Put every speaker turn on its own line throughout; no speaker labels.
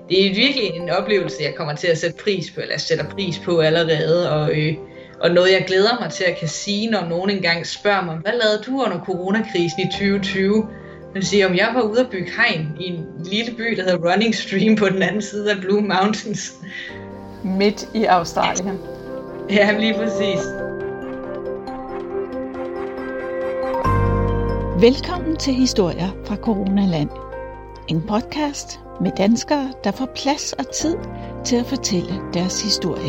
Det er virkelig en oplevelse, jeg kommer til at sætte pris på, eller sætter pris på allerede, og noget jeg glæder mig til at kan sige, når nogen engang spørger mig, hvad lavede du under coronakrisen i 2020? Jeg vil sige, om jeg var ude at bygge hegn i en lille by, der hedder Running Stream på den anden side af Blue Mountains.
Midt i Australien.
Ja, lige præcis.
Velkommen til Historier fra Coronaland. En podcast med danskere, der får plads og tid til at fortælle deres historie.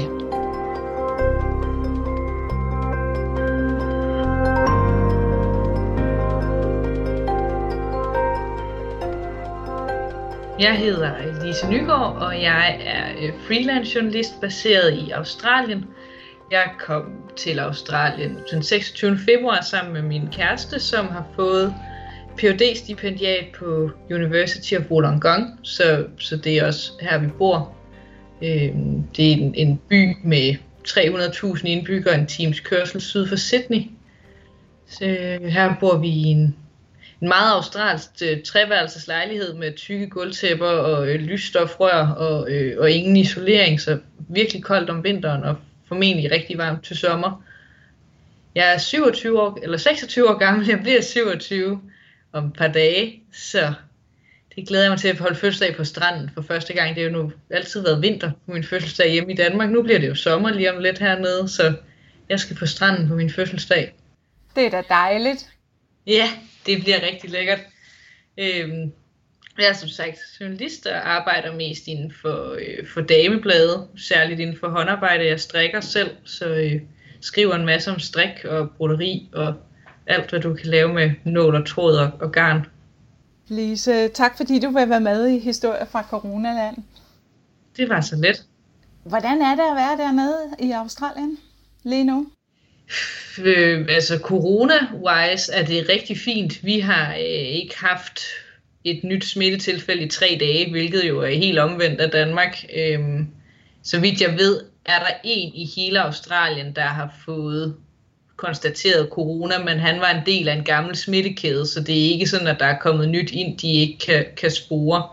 Jeg hedder Lise Nygaard, og jeg er freelance journalist baseret i Australien. Jeg kom til Australien den 26. februar sammen med min kæreste, som har fået Ph.D.-stipendiat på University of Wollongong, så det er også her, vi bor. Det er en by med 300.000 indbyggere, en times kørsel syd for Sydney. Så her bor vi i en meget australsk treværelseslejlighed med tykke gulvtæpper og lysstofrør og ingen isolering, så virkelig koldt om vinteren og formentlig rigtig varmt til sommer. Jeg er 26 år gammel, jeg bliver 27 om et par dage, så det glæder jeg mig til at holde fødselsdag på stranden for første gang. Det har jo nu altid været vinter på min fødselsdag hjemme i Danmark. Nu bliver det jo sommer lige om lidt hernede, så jeg skal på stranden på min fødselsdag.
Det er da dejligt.
Ja, det bliver rigtig lækkert. Jeg er som sagt journalist og arbejder mest inden for dameblade, særligt inden for håndarbejde. Jeg strikker selv, så skriver en masse om strik og broderi og alt, hvad du kan lave med nål og tråd og garn.
Lise, tak fordi du vil være med i Historier fra Coronaland.
Det var så let.
Hvordan er det at være dernede i Australien lige nu?
Altså corona-wise er det rigtig fint. Vi har ikke haft et nyt smittetilfælde i 3 dage, hvilket jo er helt omvendt af Danmark. Så vidt jeg ved, er der en i hele Australien, der har fået konstateret corona, men han var en del af en gammel smittekæde, så det er ikke sådan, at der er kommet nyt ind, de ikke kan spore.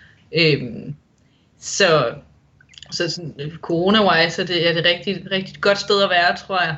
Så sådan, corona-wise er det rigtig godt sted at være, tror jeg.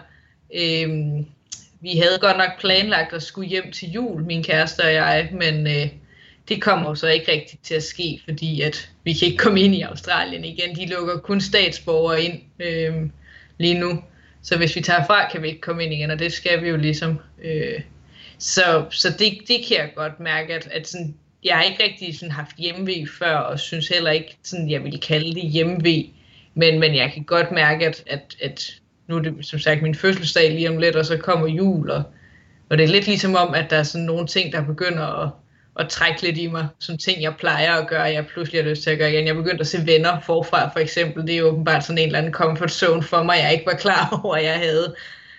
Vi havde godt nok planlagt at skulle hjem til jul, min kæreste og jeg, men det kommer så ikke rigtigt til at ske, fordi at vi kan ikke komme ind i Australien igen. De lukker kun statsborgere ind lige nu. Så hvis vi tager fra, kan vi ikke komme ind igen, og det skal vi jo ligesom. Så det kan jeg godt mærke, at sådan, jeg har ikke rigtig sådan haft hjemve før, og synes heller ikke, sådan, jeg vil kalde det hjemve. Men jeg kan godt mærke, at nu er det som sagt min fødselsdag lige om lidt, og så kommer jul, og det er lidt ligesom om, at der er sådan nogle ting, der begynder at trække lidt i mig. Sådan ting, jeg plejer at gøre, jeg pludselig har lyst til at gøre igen. Jeg begyndte at se Venner forfra, for eksempel. Det er jo åbenbart sådan en eller anden comfort zone for mig, jeg ikke var klar over, jeg havde.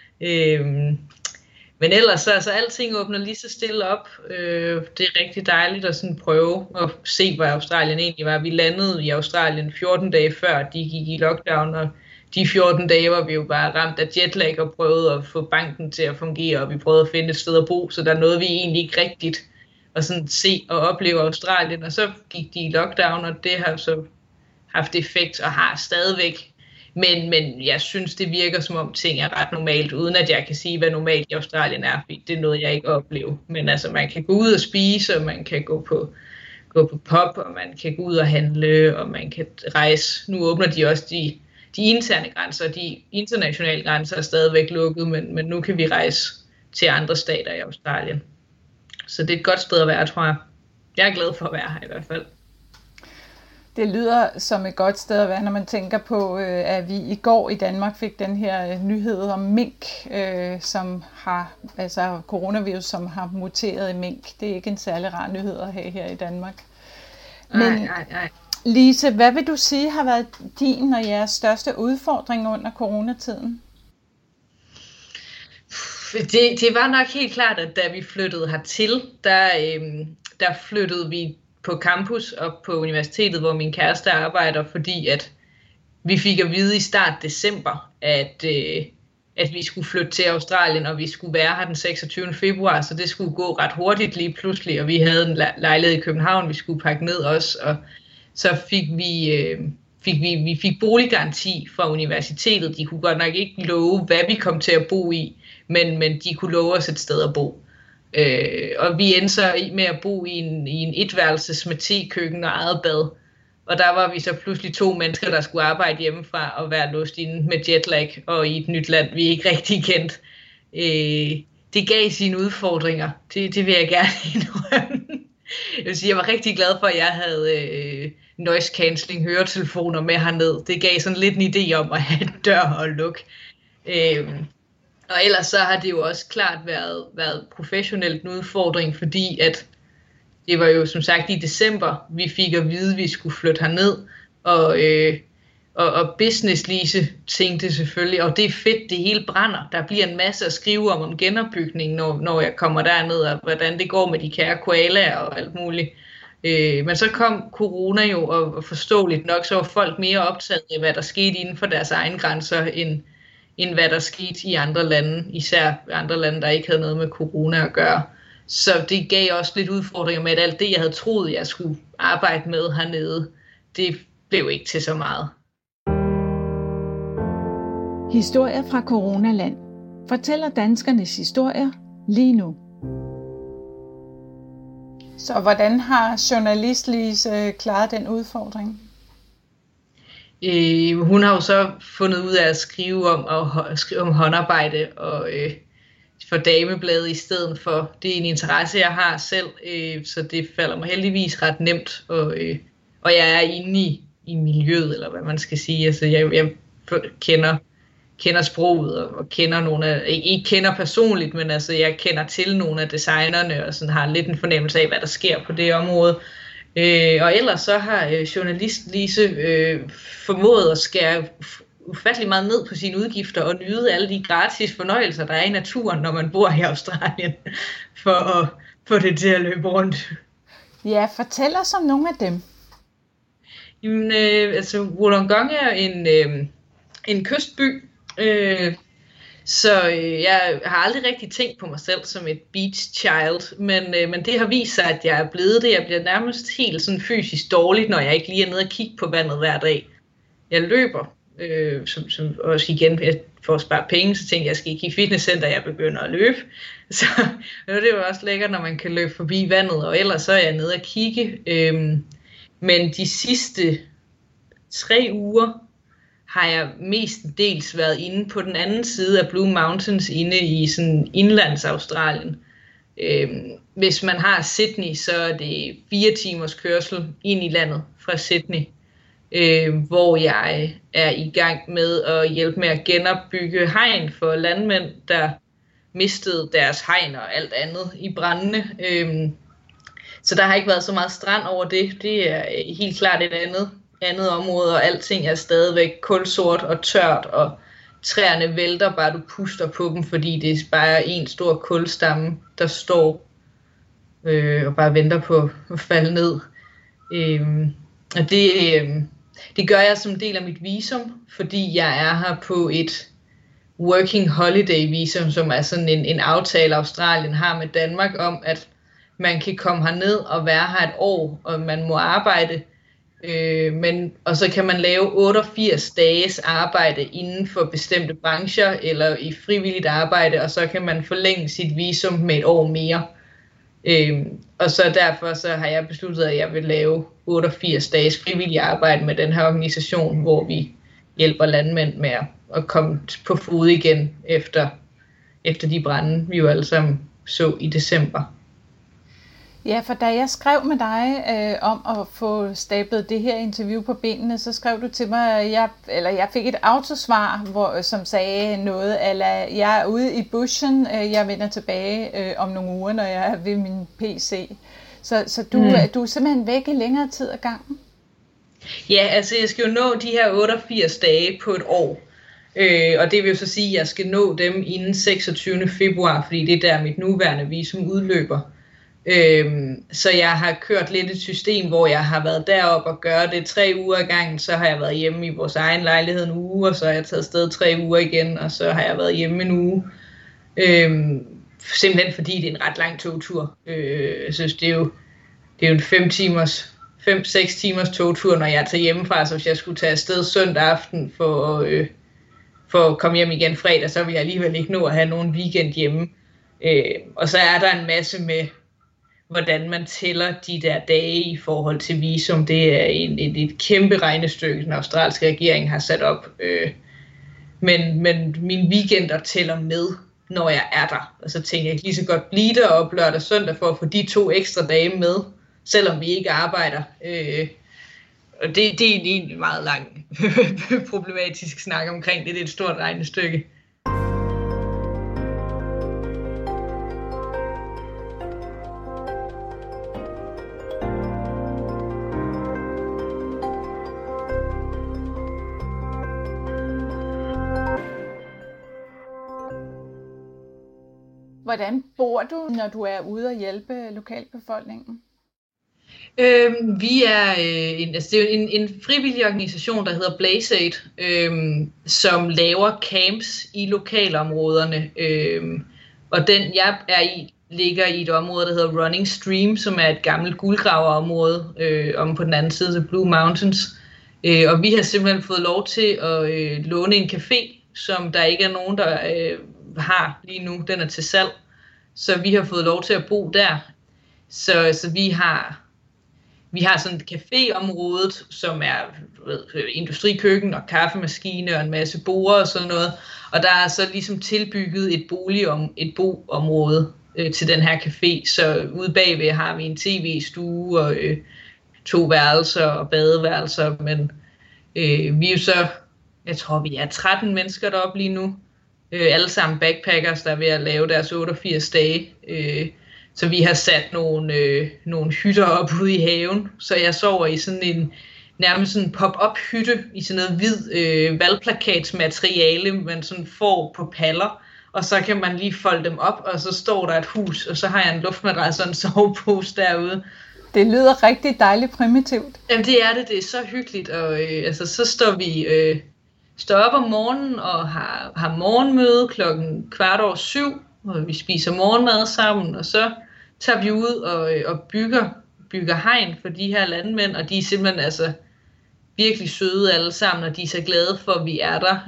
Men ellers så alting åbner lige så stille op. Det er rigtig dejligt at sådan prøve at se, hvad Australien egentlig var. Vi landede i Australien 14 dage før de gik i lockdown, og de 14 dage var vi jo bare ramt af jetlag og prøvede at få banken til at fungere, og vi prøvede at finde et sted at bo, så der nåede vi egentlig ikke rigtigt at sådan se og opleve Australien, og så gik de i lockdown, og det har så haft effekt og har stadigvæk. Men jeg synes, det virker som om ting er ret normalt, uden at jeg kan sige, hvad normalt i Australien er, fordi det er noget, jeg ikke oplever. Men altså, man kan gå ud og spise, og man kan gå på pub, og man kan gå ud og handle, og man kan rejse. Nu åbner de også de interne grænser, de internationale grænser er stadigvæk lukket, men nu kan vi rejse til andre stater i Australien. Så det er et godt sted at være, tror jeg. Jeg er glad for at være her i hvert fald.
Det lyder som et godt sted at være, når man tænker på, at vi i går i Danmark fik den her nyhed om mink, som har, altså coronavirus, som har muteret i mink. Det er ikke en særlig rar nyhed at have her i Danmark. Men
Nej.
Lise, hvad vil du sige har været din og jeres største udfordring under coronatiden?
Det var nok helt klart, at da vi flyttede hertil, der flyttede vi på campus og på universitetet, hvor min kæreste arbejder, fordi at vi fik at vide i start december, at vi skulle flytte til Australien, og vi skulle være her den 26. februar, så det skulle gå ret hurtigt lige pludselig, og vi havde en lejlighed i København, vi skulle pakke ned også, og så vi fik boliggaranti fra universitetet. De kunne godt nok ikke love, hvad vi kom til at bo i, men de kunne love os et sted at bo. Og vi endte så med at bo i en etværelses med tekøkken og eget bad. Og der var vi så pludselig 2 mennesker, der skulle arbejde hjemmefra og være låst inde med jetlag og i et nyt land, vi ikke rigtig kendte. Det gav sine udfordringer. Det vil jeg gerne indrømme. Jeg vil sige, jeg var rigtig glad for, at jeg havde noise cancelling høretelefoner med herned. Det gav sådan lidt en idé om at have en dør og lukke. Og ellers så har det jo også klart været professionelt en udfordring, fordi at det var jo som sagt i december, vi fik at vide, at vi skulle flytte herned, og business Lise tænkte selvfølgelig, og det er fedt, det hele brænder. Der bliver en masse at skrive om genopbygning, når jeg kommer derned, og hvordan det går med de kære koalaer og alt muligt. Men så kom corona jo, og forståeligt nok, så var folk mere optaget af, hvad der skete inden for deres egne grænser, end hvad der skete i andre lande, især andre lande, der ikke havde noget med corona at gøre. Så det gav også lidt udfordringer med, at alt det, jeg havde troet, jeg skulle arbejde med hernede, det blev ikke til så meget.
Historier fra Coronaland fortæller danskernes historier lige nu.
Så hvordan har journalist Lise klaret den udfordring?
Hun har jo så fundet ud af at skrive om håndarbejde og for damebladet i stedet for. Det er en interesse, jeg har selv, så det falder mig heldigvis ret nemt. Og jeg er inde i miljøet, eller hvad man skal sige. Altså, jeg kender sproget og kender nogle af, ikke kender personligt, men altså jeg kender til nogle af designerne og sådan har lidt en fornemmelse af, hvad der sker på det område. Og ellers så har journalist Lise formået at skære ufattelig meget ned på sine udgifter og nyde alle de gratis fornøjelser, der er i naturen, når man bor i Australien, for at få det til at løbe rundt.
Ja, fortæl os om nogle af dem.
Jamen, altså Wollongong er en kystby, så jeg har aldrig rigtig tænkt på mig selv som et beach child, men det har vist sig, at jeg er blevet det. Jeg bliver nærmest helt sådan fysisk dårligt, når jeg ikke lige er nede og kigge på vandet hver dag. Jeg løber, som også igen, for at spare penge, så tænkte jeg, skal ikke i fitnesscenter, jeg begynder at løbe. Så det var også lækkert, når man kan løbe forbi vandet, og ellers så er jeg nede og kigge. Men de sidste 3 uger har jeg mestendels været inde på den anden side af Blue Mountains, inde i sådan indlands Australien. Hvis man har Sydney, så er det 4 timers kørsel ind i landet fra Sydney, hvor jeg er i gang med at hjælpe med at genopbygge hegn for landmænd, der mistede deres hegn og alt andet i brændene. Så der har ikke været så meget strand over det. Det er helt klart et andet område, og alting er stadigvæk kulsort og tørt, og træerne vælter bare, du puster på dem, fordi det er bare en stor kulstamme, der står og bare venter på at falde ned. Og det gør jeg som del af mit visum, fordi jeg er her på et working holiday visum, som er sådan en aftale, Australien har med Danmark om, at man kan komme herned og være her et år, og man må arbejde, og så kan man lave 88 dages arbejde inden for bestemte brancher, eller i frivilligt arbejde, og så kan man forlænge sit visum med et år mere. Og så derfor så har jeg besluttet, at jeg vil lave 88 dages frivilligt arbejde med den her organisation, hvor vi hjælper landmænd med at komme på fod igen efter de brande, vi jo alle sammen så i december.
Ja, for da jeg skrev med dig om at få stablet det her interview på benene, så skrev du til mig, at jeg fik et autosvar, som sagde noget, eller jeg er ude i bushen, jeg vender tilbage om nogle uger, når jeg er ved min PC. Så du er simpelthen væk i længere tid ad gangen?
Ja, altså jeg skal jo nå de her 88 dage på et år. Og det vil jo så sige, at jeg skal nå dem inden 26. februar, fordi det er der mit nuværende visum udløber. Så jeg har kørt lidt et system, hvor jeg har været deroppe og gøre det 3 uger ad gangen, så har jeg været hjemme i vores egen lejlighed en uge, og så har jeg taget afsted 3 uger igen, og så har jeg været hjemme en uge. Simpelthen fordi det er en ret lang togtur. Jeg synes, det er jo en 5 timers 5-6 timers togtur, når jeg tager hjemmefra, så hvis jeg skulle tage afsted søndag aften for at komme hjem igen fredag, så vil jeg alligevel ikke nå at have nogen weekend hjemme. Og så er der en masse med, hvordan man tæller de der dage i forhold til visum. Det er et kæmpe regnestykke, den australske regering har sat op. Men mine weekender tæller med, når jeg er der. Og så tænker jeg lige så godt blive der op lørdag og søndag for at få de 2 ekstra dage med, selvom vi ikke arbejder. Og det er egentlig en meget lang problematisk snak omkring det. Det er et stort regnestykke.
Hvordan bor du, når du er ude og hjælpe lokalbefolkningen?
Vi er en frivillig organisation, der hedder Blaze-Aid, som laver camps i lokalområderne. Og den jeg er i, ligger i et område, der hedder Running Stream, som er et gammelt guldgraverområde om på den anden side af Blue Mountains. Og vi har simpelthen fået lov til at låne en café, som der ikke er nogen, der har lige nu. Den er til salg. Så vi har fået lov til at bo der. Så vi har sådan et caféområdet, som er industrikøkken og kaffemaskine og en masse borde og sådan noget. Og der er så ligesom tilbygget et boområde til den her café. Så ude bagved har vi en tv-stue og 2 værelser og badeværelser. Men vi er jo så, jeg tror vi er 13 mennesker deroppe lige nu. Alle sammen backpackers, der er ved at lave deres 88 dage. Så vi har sat nogle hytter op ude i haven. Så jeg sover i sådan nærmest sådan en pop-up hytte i sådan noget hvid valgplakatsmateriale, man sådan får på paller. Og så kan man lige folde dem op, og så står der et hus, og så har jeg en luftmadras og en sovepose derude.
Det lyder rigtig dejligt primitivt.
Jamen det er så hyggeligt. Og så står op om morgenen og har morgenmøde 7:15, og vi spiser morgenmad sammen, og så tager vi ud og bygger hegn for de her landmænd, og de er simpelthen virkelig søde alle sammen, og de er så glade for, at vi er der.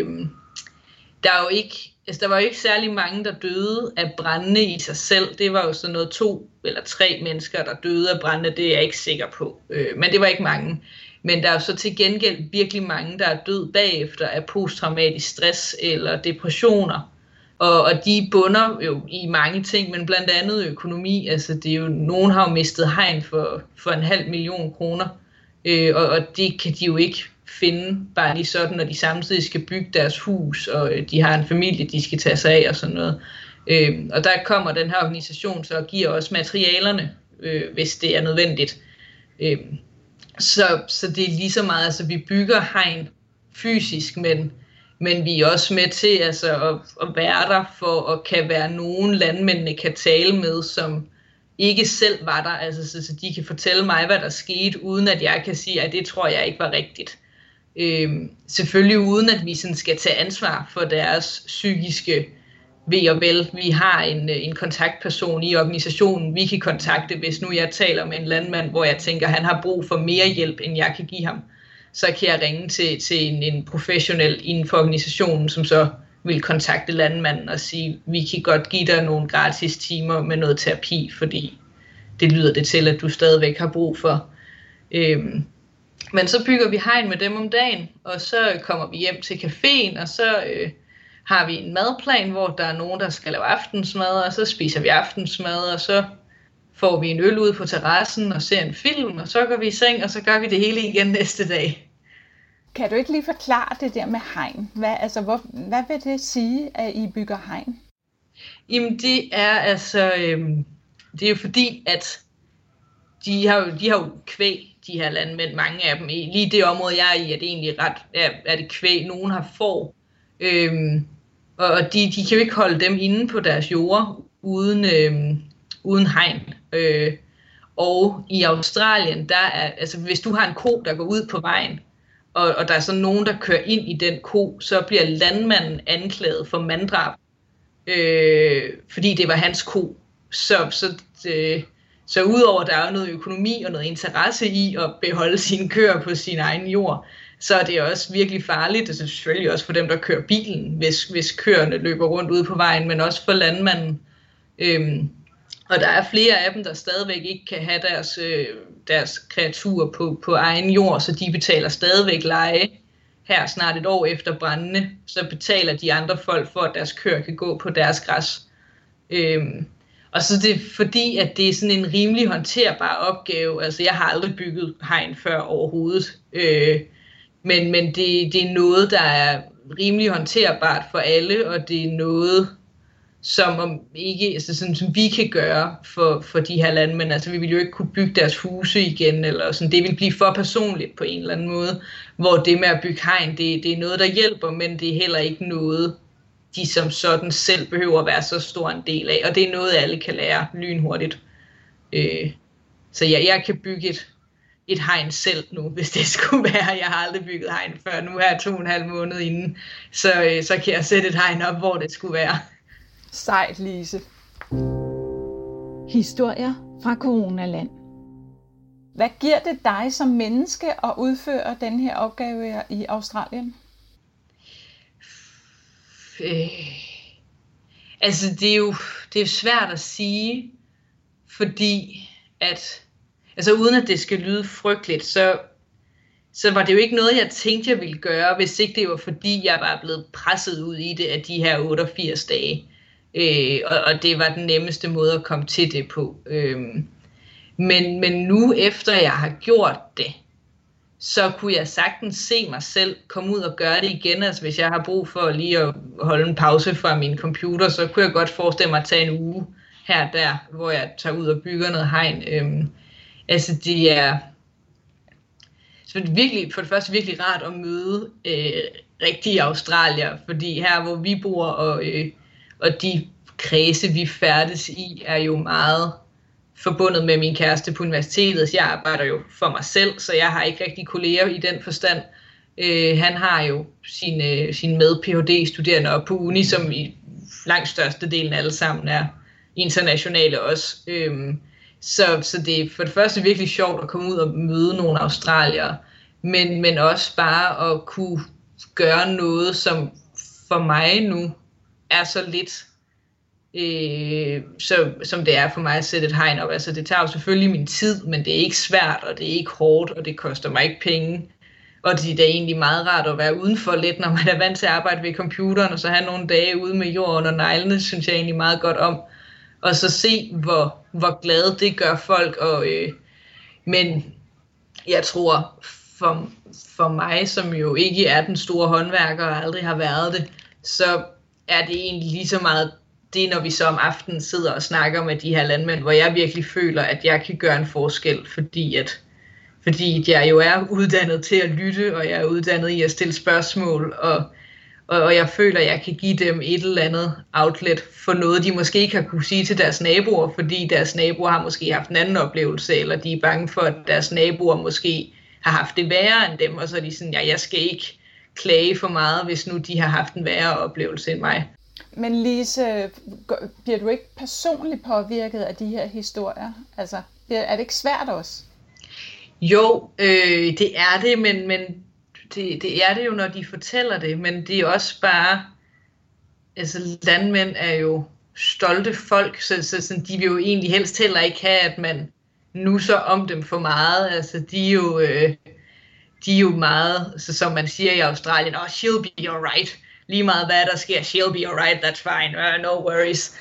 Der var jo ikke særlig mange, der døde af brændene i sig selv. Det var jo sådan noget 2 eller 3 mennesker, der døde af brændene, det er jeg ikke sikker på. Men det var ikke mange. Men der er jo så til gengæld virkelig mange, der er død bagefter af posttraumatisk stress eller depressioner. Og de bunder jo i mange ting, men blandt andet økonomi. Det er jo, nogen har jo mistet hegn for 500.000 kroner, og det kan de jo ikke finde bare lige sådan, når de samtidig skal bygge deres hus, og de har en familie, de skal tage sig af og sådan noget. Og der kommer den her organisation så og giver os materialerne, hvis det er nødvendigt. Så det er lige så meget, vi bygger hegn fysisk, men vi er også med til at være der for at kan være nogen landmændene kan tale med, som ikke selv var der, så de kan fortælle mig, hvad der skete, uden at jeg kan sige, at det tror jeg ikke var rigtigt. Selvfølgelig uden at vi sådan skal tage ansvar for deres psykiske ve og vel. Vi har en kontaktperson i organisationen, vi kan kontakte, hvis nu jeg taler med en landmand, hvor jeg tænker, han har brug for mere hjælp, end jeg kan give ham. Så kan jeg ringe til en professionel inden for organisationen, som så vil kontakte landmanden og sige, vi kan godt give dig nogle gratis timer med noget terapi, fordi det lyder det til, at du stadigvæk har brug for. Men så bygger vi hegn med dem om dagen, og så kommer vi hjem til caféen, og så har vi en madplan, hvor der er nogen, der skal lave aftensmad, og så spiser vi aftensmad, og så får vi en øl ude på terrassen og ser en film, og så går vi i seng, og så gør vi det hele igen næste dag.
Kan du ikke lige forklare det der med hegn? Hvad vil det sige, at I bygger hegn?
Jamen det er det er jo fordi, at de har jo kvæg, de her landmænd, mange af dem. Lige det område, jeg er i, er det egentlig er det kvæg. Nogen har får. Og de kan jo ikke holde dem inde på deres jorder uden hegn. Og i Australien, der er, hvis du har en ko, der går ud på vejen, og der er så nogen, der kører ind i den ko, så bliver landmanden anklaget for manddrab, fordi det var hans ko. Så Så udover at der er noget økonomi og noget interesse i at beholde sine køer på sin egen jord, så er det også virkelig farligt, og selvfølgelig også for dem, der kører bilen, hvis køerne løber rundt ude på vejen, men også for landmanden. Og der er flere af dem, der stadigvæk ikke kan have deres kreaturer på egen jord, så de betaler stadigvæk leje. Her snart et år efter brændene, så betaler de andre folk for, at deres køer kan gå på deres græs. Og så det er fordi, at det er sådan en rimelig håndterbar opgave. Altså jeg har aldrig bygget hegn før overhovedet. Men det er noget, der er rimelig håndterbart for alle, og det er noget, som vi kan gøre for de her landmænd. Altså vi vil jo ikke kunne bygge deres huse igen, eller sådan. Det vil blive for personligt på en eller anden måde, hvor det med at bygge hegn, det er noget, der hjælper, men det er heller ikke noget, de som sådan selv behøver at være så stor en del af, og det er noget, alle kan lære lynhurtigt. Så jeg kan bygge et hegn selv nu, hvis det skulle være. Jeg har aldrig bygget hegn før, nu er 2,5 måneder inden, så kan jeg sætte et hegn op, hvor det skulle være.
Sejt, Lise.
Historier fra Coronaland.
Hvad giver det dig som menneske at udføre den her opgave i Australien?
Altså det er jo svært at sige, fordi at altså uden at det skal lyde frygteligt, så var det jo ikke noget, jeg tænkte, jeg ville gøre, hvis ikke det var fordi, jeg var blevet presset ud i det af de her 88 dage. Og det var den nemmeste måde at komme til det på. Men nu efter jeg har gjort det, så kunne jeg sagtens se mig selv komme ud og gøre det igen. Altså hvis jeg har brug for lige at holde en pause fra min computer, så kunne jeg godt forestille mig at tage en uge her og der, hvor jeg tager ud og bygger noget hegn. Altså det er virkelig, for det første virkelig rart at møde rigtige australier, fordi her hvor vi bor og de kredse vi færdes i er jo meget forbundet med min kæreste på universitetet. Jeg arbejder jo for mig selv, så jeg har ikke rigtig kolleger i den forstand. Han har jo sine med-PhD-studerende op på uni, som i langt størstedelen alle sammen er internationale også. Så det er for det første virkelig sjovt at komme ud og møde nogle australiere, men også bare at kunne gøre noget, som for mig nu er så lidt, som det er for mig at sætte et hegn op. Altså det tager jo selvfølgelig min tid, men det er ikke svært, og det er ikke hårdt, og det koster mig ikke penge. Og det er da egentlig meget rart at være udenfor lidt, når man er vant til at arbejde ved computeren, og så have nogle dage ude med jorden og neglene, synes jeg egentlig meget godt om. Og så se, hvor glade det gør folk. Men jeg tror, for mig, som jo ikke er den store håndværker og aldrig har været det, så er det egentlig lige så meget det, når vi så om aftenen sidder og snakker med de her landmænd, hvor jeg virkelig føler, at jeg kan gøre en forskel, fordi jeg jo er uddannet til at lytte, og jeg er uddannet i at stille spørgsmål, og jeg føler, at jeg kan give dem et eller andet outlet for noget, de måske ikke har kunne sige til deres naboer, fordi deres naboer har måske haft en anden oplevelse, eller de er bange for, at deres naboer måske har haft det værre end dem, og så er de sådan, jeg skal ikke klage for meget, hvis nu de har haft en værre oplevelse end mig.
Men Lise, bliver du ikke personligt påvirket af de her historier? Altså, er det ikke svært også?
Jo, det er det, men det er det jo, når de fortæller det, men det er også bare, altså landmænd er jo stolte folk, så de vil jo egentlig helst heller ikke have, at man nusser om dem for meget. Altså de er jo meget, så som man siger i Australien, she'll be alright. Lige meget hvad der sker, she'll be alright, that's fine, no worries.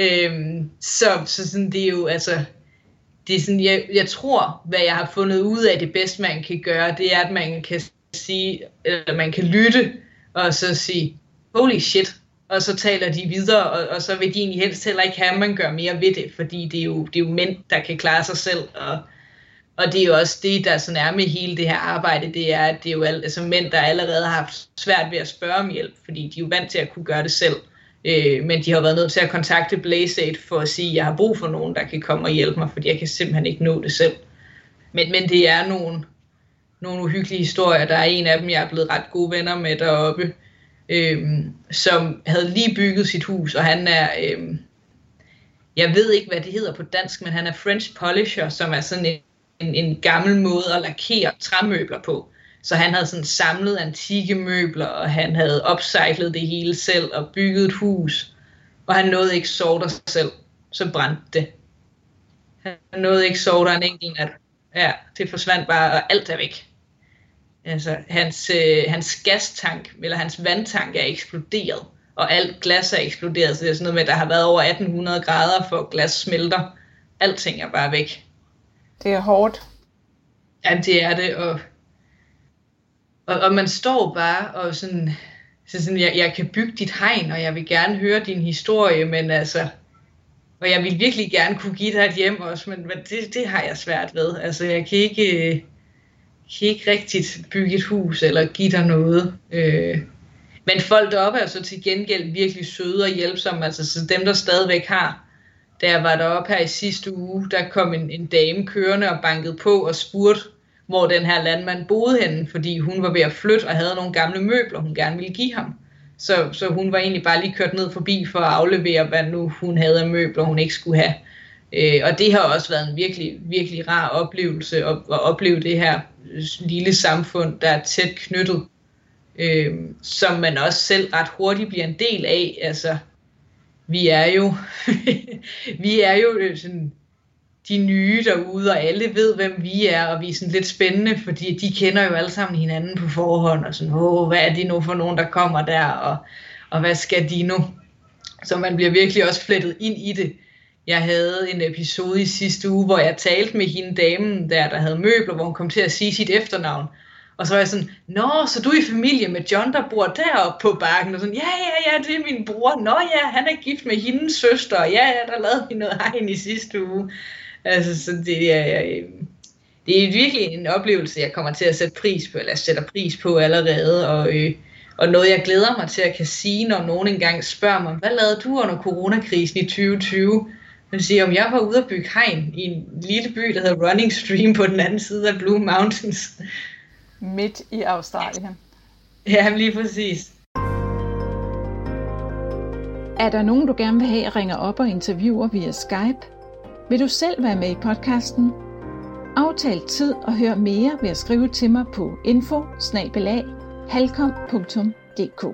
Så sådan, det er jo, altså, det er sådan, jeg tror, hvad jeg har fundet ud af, det bedste man kan gøre, det er, at man kan sige, eller man kan lytte, og så sige, holy shit, og så taler de videre, og så vil de egentlig helst heller ikke have, at man gør mere ved det, fordi det er jo mænd, der kan klare sig selv, og det er jo også det, der sådan er med hele det her arbejde, det er, at det er jo altså mænd, der allerede har haft svært ved at spørge om hjælp, fordi de er jo vant til at kunne gøre det selv, men de har været nødt til at kontakte BlazeAid for at sige, at jeg har brug for nogen, der kan komme og hjælpe mig, fordi jeg kan simpelthen ikke nå det selv. Men det er nogle uhyggelige historier. Der er en af dem, jeg er blevet ret gode venner med deroppe, som havde lige bygget sit hus, og han er jeg ved ikke, hvad det hedder på dansk, men han er French polisher, som er sådan en gammel måde at lakere træmøbler på. Så han havde sådan samlet antikke møbler, og han havde upcyclet det hele selv og bygget et hus. Og han nåede ikke sove der selv, så brændte det. Han nåede ikke sove der en enkelt nat. Ja, det forsvandt bare, og alt er væk. Altså, hans gastank, eller hans vandtank er eksploderet, og alt glas er eksploderet. Så det er sådan noget med, at der har været over 1800 grader, for glas smelter. Alting er bare væk.
Det er hårdt.
Ja, det er det, og man står bare og sådan jeg kan bygge dit hegn, og jeg vil gerne høre din historie, men altså, og jeg vil virkelig gerne kunne give dig et hjem også, men det har jeg svært ved. Altså, jeg kan ikke rigtigt bygge et hus eller give dig noget. Men folk deroppe er så til gengæld virkelig søde og hjælpsomme, altså så dem der stadigvæk har. Da jeg var deroppe her i sidste uge, der kom en dame kørende og bankede på og spurgte, hvor den her landmand boede henne, fordi hun var ved at flytte og havde nogle gamle møbler, hun gerne ville give ham. Så hun var egentlig bare lige kørt ned forbi for at aflevere, hvad nu hun havde af møbler, hun ikke skulle have. Og det har også været en virkelig, virkelig rar oplevelse at opleve det her lille samfund, der er tæt knyttet, som man også selv ret hurtigt bliver en del af. Altså, vi er jo sådan de nye derude, og alle ved, hvem vi er, og vi er sådan lidt spændende, fordi de kender jo alle sammen hinanden på forhånd, og sådan, hvad er det nu for nogen, der kommer der, og hvad skal de nu? Så man bliver virkelig også flettet ind i det. Jeg havde en episode i sidste uge, hvor jeg talte med hende damen der havde møbler, hvor hun kom til at sige sit efternavn. Og så var jeg sådan, nå, så du er i familie med John, der bor deroppe på bakken. Og sådan, ja, det er min bror. Nå ja, han er gift med hendes søster. Ja, der lavede vi noget hegn i sidste uge. Altså, så det er virkelig en oplevelse, jeg kommer til at sætte pris på, eller sætter pris på allerede. Og noget, jeg glæder mig til at kan sige, når nogen engang spørger mig, hvad lavede du under coronakrisen i 2020? Man siger, om jeg var ude at bygge hegn i en lille by, der hedder Running Stream på den anden side af Blue Mountains.
Midt i Australien.
Ja, lige præcis.
Er der nogen, du gerne vil have, ringer op og interviewer via Skype? Vil du selv være med i podcasten? Aftal tid og hør mere ved at skrive til mig på info@halkom.dk.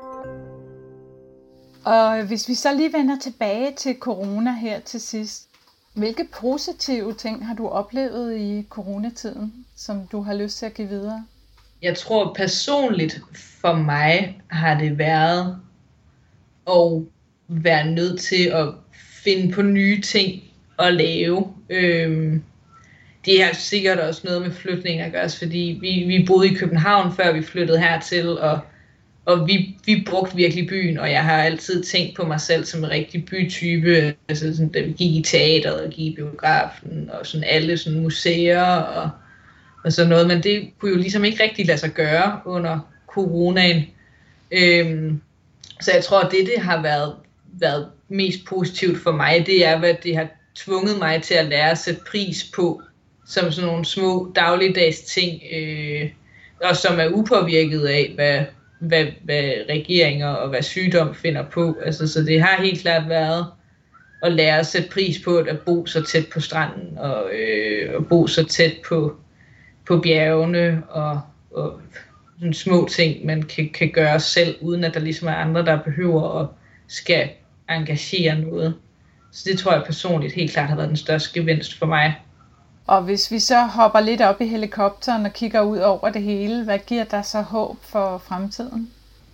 Og hvis vi så lige vender tilbage til corona her til sidst, hvilke positive ting har du oplevet i coronatiden, som du har lyst til at give videre?
Jeg tror personligt for mig har det været at være nødt til at finde på nye ting at lave. Det har sikkert også noget med flytning at gøre, fordi vi boede i København, før vi flyttede hertil, og vi brugte virkelig byen, og jeg har altid tænkt på mig selv som en rigtig bytype, altså sådan, da vi gik i teateret og gik i biografen, og sådan alle sådan museer og sådan noget, men det kunne jo ligesom ikke rigtig lade sig gøre under coronaen. Så jeg tror, at det har været mest positivt for mig, det er, hvad det har tvunget mig til at lære at sætte pris på, som sådan nogle små dagligdags ting, og som er upåvirket af, hvad regeringer og hvad sygdom finder på. Altså, så det har helt klart været at lære at sætte pris på at bo så tæt på stranden, og bo så tæt på bjergene, og sådan små ting, man kan gøre selv, uden at der ligesom er andre, der behøver at skal engagere noget. Så det tror jeg personligt helt klart har været den største gevinst for mig.
Og hvis vi så hopper lidt op i helikopteren og kigger ud over det hele, hvad giver der så håb for fremtiden?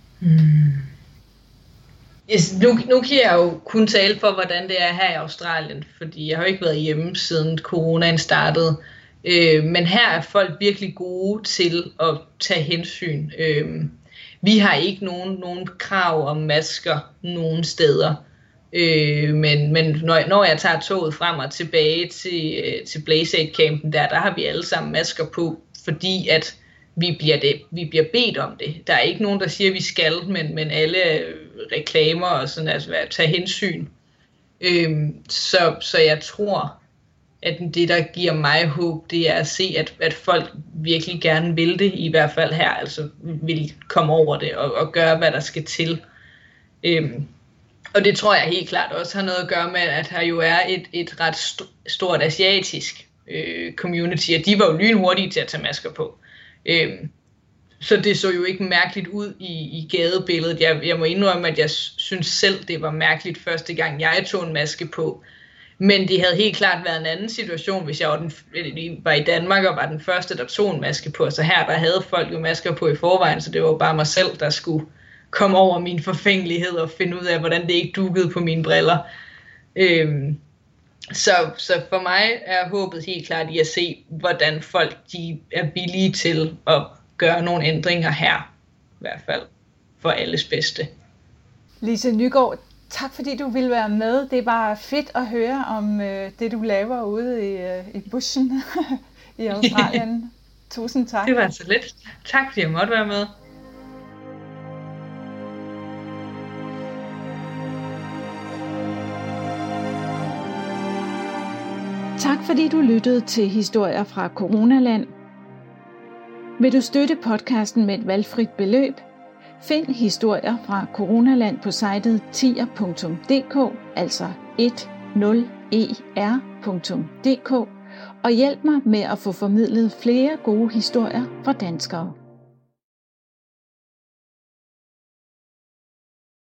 Nu kan jeg jo kun tale for, hvordan det er her i Australien, fordi jeg har jo ikke været hjemme siden coronaen startede. Men her er folk virkelig gode til at tage hensyn. Vi har ikke nogen krav om masker nogen steder. Men når jeg tager toget frem og tilbage til Blaze Aid campen der har vi alle sammen masker på, fordi at vi bliver bedt om det. Der er ikke nogen, der siger, at vi skal, men alle reklamer og sådan, altså at tage hensyn. Så jeg tror, at det, der giver mig håb, det er at se, at folk virkelig gerne vil det, i hvert fald her, altså vil komme over det og gøre, hvad der skal til. Og det tror jeg helt klart også har noget at gøre med, at her jo er et ret stort asiatisk community, og de var jo lynhurtige til at tage masker på. Så det så jo ikke mærkeligt ud i gadebilledet. Jeg må indrømme, at jeg synes selv, det var mærkeligt første gang, jeg tog en maske på. Men det havde helt klart været en anden situation, hvis jeg var i Danmark og var den første, der tog en maske på. Så her, der havde folk jo masker på i forvejen, så det var jo bare mig selv, der skulle komme over min forfængelighed og finde ud af, hvordan det ikke dukkede på mine briller. Så for mig er håbet helt klart i at se, hvordan folk de er villige til at gøre nogle ændringer her, i hvert fald for alles bedste.
Lise Nygaard, tak fordi du ville være med. Det er bare fedt at høre om det, du laver ude i bushen i Australien. Tusind tak.
Det var så lidt. Tak fordi jeg måtte være med.
Tak fordi du lyttede til Historier fra Coronaland. Vil du støtte podcasten med et valgfrit beløb? Find historier fra Coronaland på sitet tier.dk, altså 10er.dk, og hjælp mig med at få formidlet flere gode historier fra danskere.